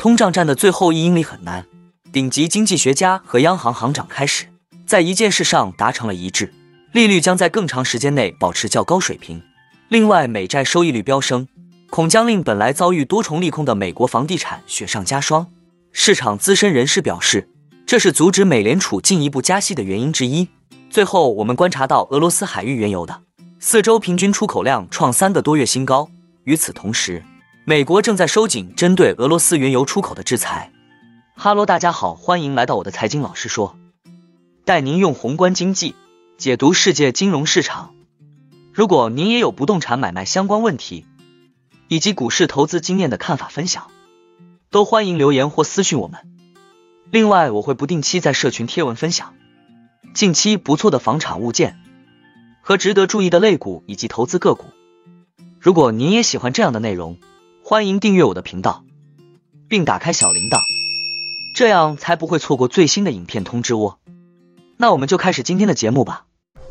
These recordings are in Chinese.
通胀战的最后1英里很难。顶级经济学家和央行行长开始在一件事上达成了一致，利率将在更长时间内保持较高水平。另外，美债收益率飙升，恐将令本来遭遇多重利空的美国房地产雪上加霜。市场资深人士表示，这是阻止美联储进一步加息的原因之一。最后，我们观察到俄罗斯海域原油的4周平均出口量创3个多月新高。与此同时，美国正在收紧针对俄罗斯原油出口的制裁。哈喽，大家好，欢迎来到我的财经老师说，带您用宏观经济解读世界金融市场。如果您也有不动产买卖相关问题，以及股市投资经验的看法分享，都欢迎留言或私讯我们。另外，我会不定期在社群贴文分享近期不错的房产物件和值得注意的类股以及投资个股。如果您也喜欢这样的内容，欢迎订阅我的频道，并打开小铃铛，这样才不会错过最新的影片通知哦。那我们就开始今天的节目吧。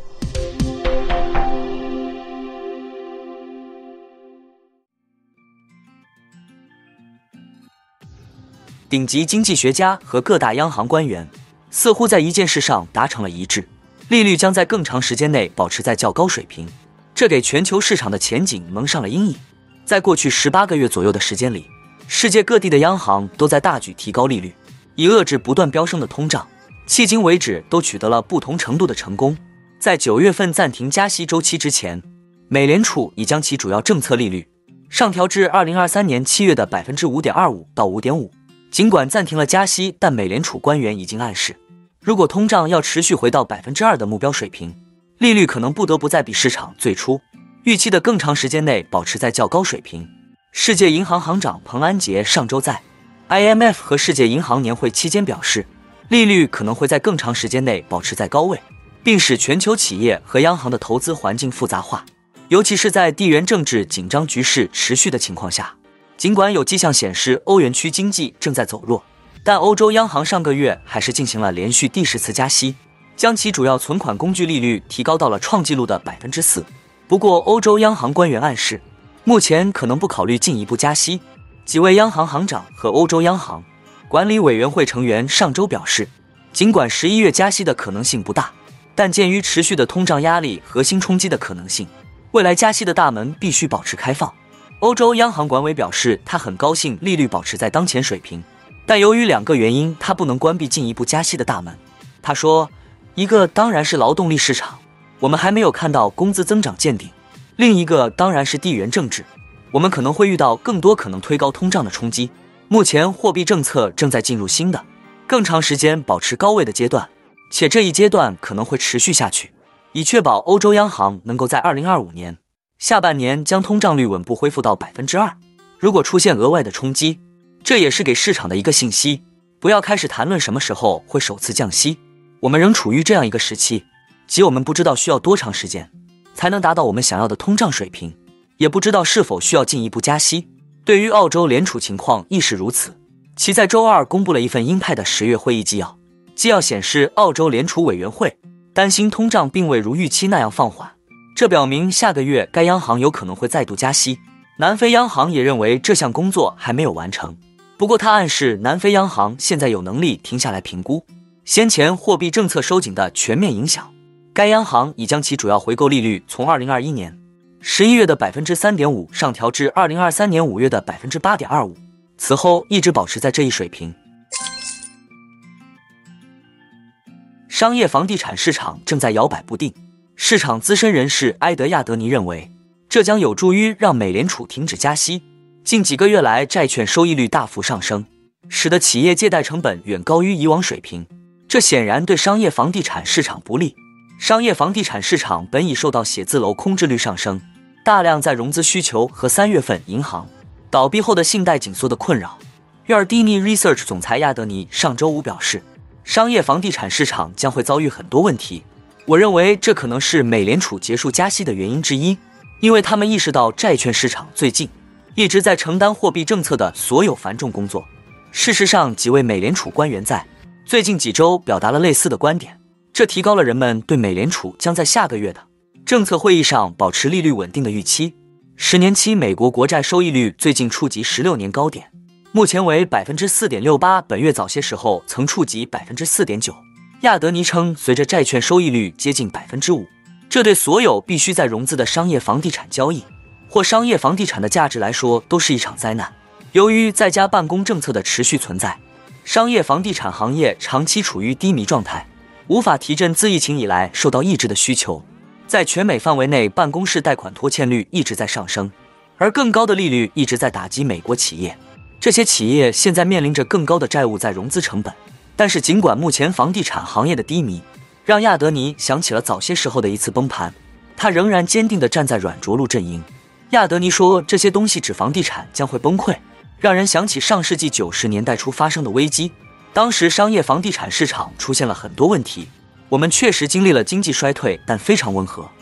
顶级经济学家和各大央行官员似乎在一件事上达成了一致，利率将在更长时间内保持在较高水平，这给全球市场的前景蒙上了阴影。在过去18个月左右的时间里，世界各地的央行都在大举提高利率，以遏制不断飙升的通胀，迄今为止都取得了不同程度的成功。在9月份暂停加息周期之前，美联储已将其主要政策利率上调至2023年7月的 5.25% 到 5.5%。尽管暂停了加息，但美联储官员已经暗示，如果通胀要持续回到 2% 的目标水平，利率可能不得不在比市场最初预期的更长时间内保持在较高水平。世界银行行长彭安杰上周在 IMF 和世界银行年会期间表示，利率可能会在更长时间内保持在高位，并使全球企业和央行的投资环境复杂化，尤其是在地缘政治紧张局势持续的情况下。尽管有迹象显示欧元区经济正在走弱，但欧洲央行上个月还是进行了连续第10次加息，将其主要存款工具利率提高到了创纪录的 4%。 不过欧洲央行官员暗示，目前可能不考虑进一步加息。几位央行行长和欧洲央行管理委员会成员上周表示，尽管11月加息的可能性不大，但鉴于持续的通胀压力和新冲击的可能性，未来加息的大门必须保持开放。欧洲央行管委表示，他很高兴利率保持在当前水平，但由于2个原因，他不能关闭进一步加息的大门。他说，一个当然是劳动力市场，我们还没有看到工资增长见顶；另一个当然是地缘政治，我们可能会遇到更多可能推高通胀的冲击。目前货币政策正在进入新的更长时间保持高位的阶段，且这一阶段可能会持续下去，以确保欧洲央行能够在2025年下半年将通胀率稳步恢复到 2%。 如果出现额外的冲击，这也是给市场的一个信息，不要开始谈论什么时候会首次降息。我们仍处于这样一个时期，即我们不知道需要多长时间才能达到我们想要的通胀水平，也不知道是否需要进一步加息。对于澳洲联储情况亦是如此，其在周二公布了一份鹰派的10月会议纪要，纪要显示澳洲联储委员会担心通胀并未如预期那样放缓，这表明下个月该央行有可能会再度加息。南非央行也认为这项工作还没有完成，不过他暗示南非央行现在有能力停下来评估先前货币政策收紧的全面影响。该央行已将其主要回购利率从2021年11月的 3.5% 上调至2023年5月的 8.25%， 此后一直保持在这一水平。商业房地产市场正在摇摆不定，市场资深人士埃德亚德尼认为，这将有助于让美联储停止加息。近几个月来，债券收益率大幅上升，使得企业借贷成本远高于以往水平，这显然对商业房地产市场不利。商业房地产市场本已受到写字楼空置率上升、大量再融资需求和3月份银行倒闭后的信贷紧缩的困扰。Yardeni Research 总裁亚德尼上周五表示，商业房地产市场将会遭遇很多问题。我认为这可能是美联储结束加息的原因之一，因为他们意识到债券市场最近一直在承担货币政策的所有繁重工作。事实上，几位美联储官员在最近几周表达了类似的观点，这提高了人们对美联储将在下个月的政策会议上保持利率稳定的预期。10年期美国国债收益率最近触及16年高点， 目前为 4.68%， 本月早些时候曾触及 4.9%。亚德尼称，随着债券收益率接近 5%， 这对所有必须在融资的商业房地产交易或商业房地产的价值来说都是一场灾难。由于在家办公政策的持续存在，商业房地产行业长期处于低迷状态，无法提振自疫情以来受到抑制的需求。在全美范围内，办公室贷款拖欠率一直在上升，而更高的利率一直在打击美国企业。这些企业现在面临着更高的债务在融资成本，但是尽管目前房地产行业的低迷让亚德尼想起了早些时候的一次崩盘，他仍然坚定地站在软着陆阵营。亚德尼说，这些东西指房地产将会崩溃，让人想起上世纪90年代初发生的危机，当时商业房地产市场出现了很多问题。我们确实经历了经济衰退，但非常温和。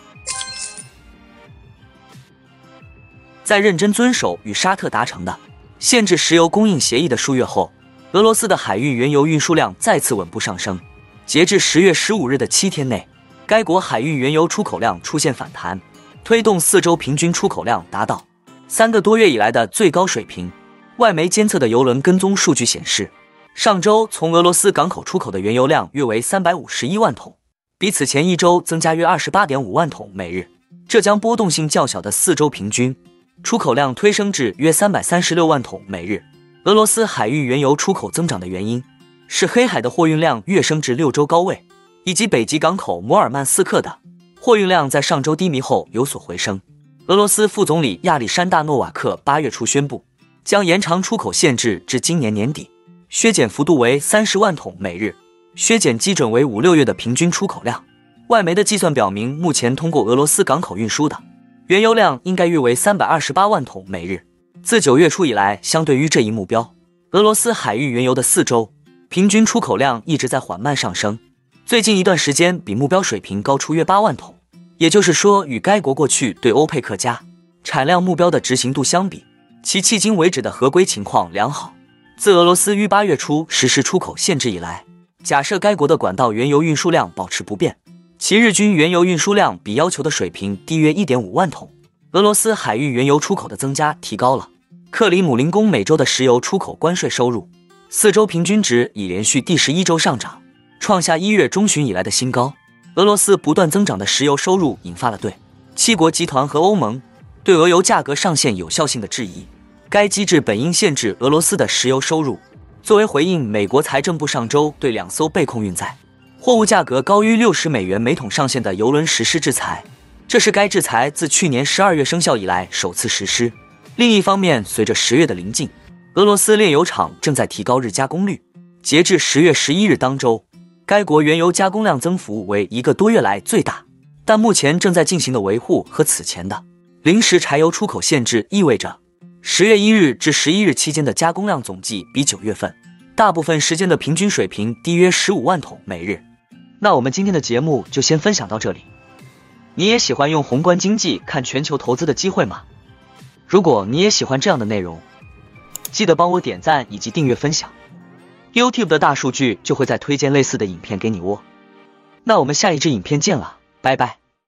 在认真遵守与沙特达成的限制石油供应协议的数月后，俄罗斯的海域原油运输量再次稳步上升。截至10月15日的7天内，该国海域原油出口量出现反弹，推动4周平均出口量达到3个多月以来的最高水平。外媒监测的油轮跟踪数据显示，上周从俄罗斯港口出口的原油量约为351万桶，比此前一周增加约 28.5 万桶每日，这将波动性较小的4周平均出口量推升至约336万桶每日。俄罗斯海域原油出口增长的原因是黑海的货运量跃升至6周高位，以及北极港口摩尔曼斯克的货运量在上周低迷后有所回升。俄罗斯副总理亚历山大诺瓦克8月初宣布，将延长出口限制至今年年底，削减幅度为30万桶每日，削减基准为5-6月的平均出口量。外媒的计算表明，目前通过俄罗斯港口运输的原油量应该约为328万桶每日。自9月初以来，相对于这一目标，俄罗斯海域原油的4周平均出口量一直在缓慢上升，最近一段时间比目标水平高出约8万桶，也就是说，与该国过去对欧佩克加产量目标的执行度相比，其迄今为止的合规情况良好。自俄罗斯于8月初实施出口限制以来，假设该国的管道原油运输量保持不变，其日均原油运输量比要求的水平低约 1.5 万桶。俄罗斯海域原油出口的增加提高了克里姆林宫每周的石油出口关税收入，4周平均值已连续第11周上涨，创下1月中旬以来的新高。俄罗斯不断增长的石油收入引发了对7国集团和欧盟对俄油价格上限有效性的质疑，该机制本应限制俄罗斯的石油收入。作为回应，美国财政部上周对2艘被控运载货物价格高于60美元每桶上限的油轮实施制裁，这是该制裁自去年12月生效以来首次实施。另一方面，随着10月的临近，俄罗斯炼油厂正在提高日加工率。截至10月11日当周，该国原油加工量增幅为1个多月来最大，但目前正在进行的维护和此前的临时柴油出口限制意味着10月1日至11日期间的加工量总计比9月份大部分时间的平均水平低约15万桶每日。那我们今天的节目就先分享到这里。你也喜欢用宏观经济看全球投资的机会吗？如果你也喜欢这样的内容，记得帮我点赞以及订阅分享， YouTube 的大数据就会再推荐类似的影片给你哦。那我们下一支影片见了，拜拜。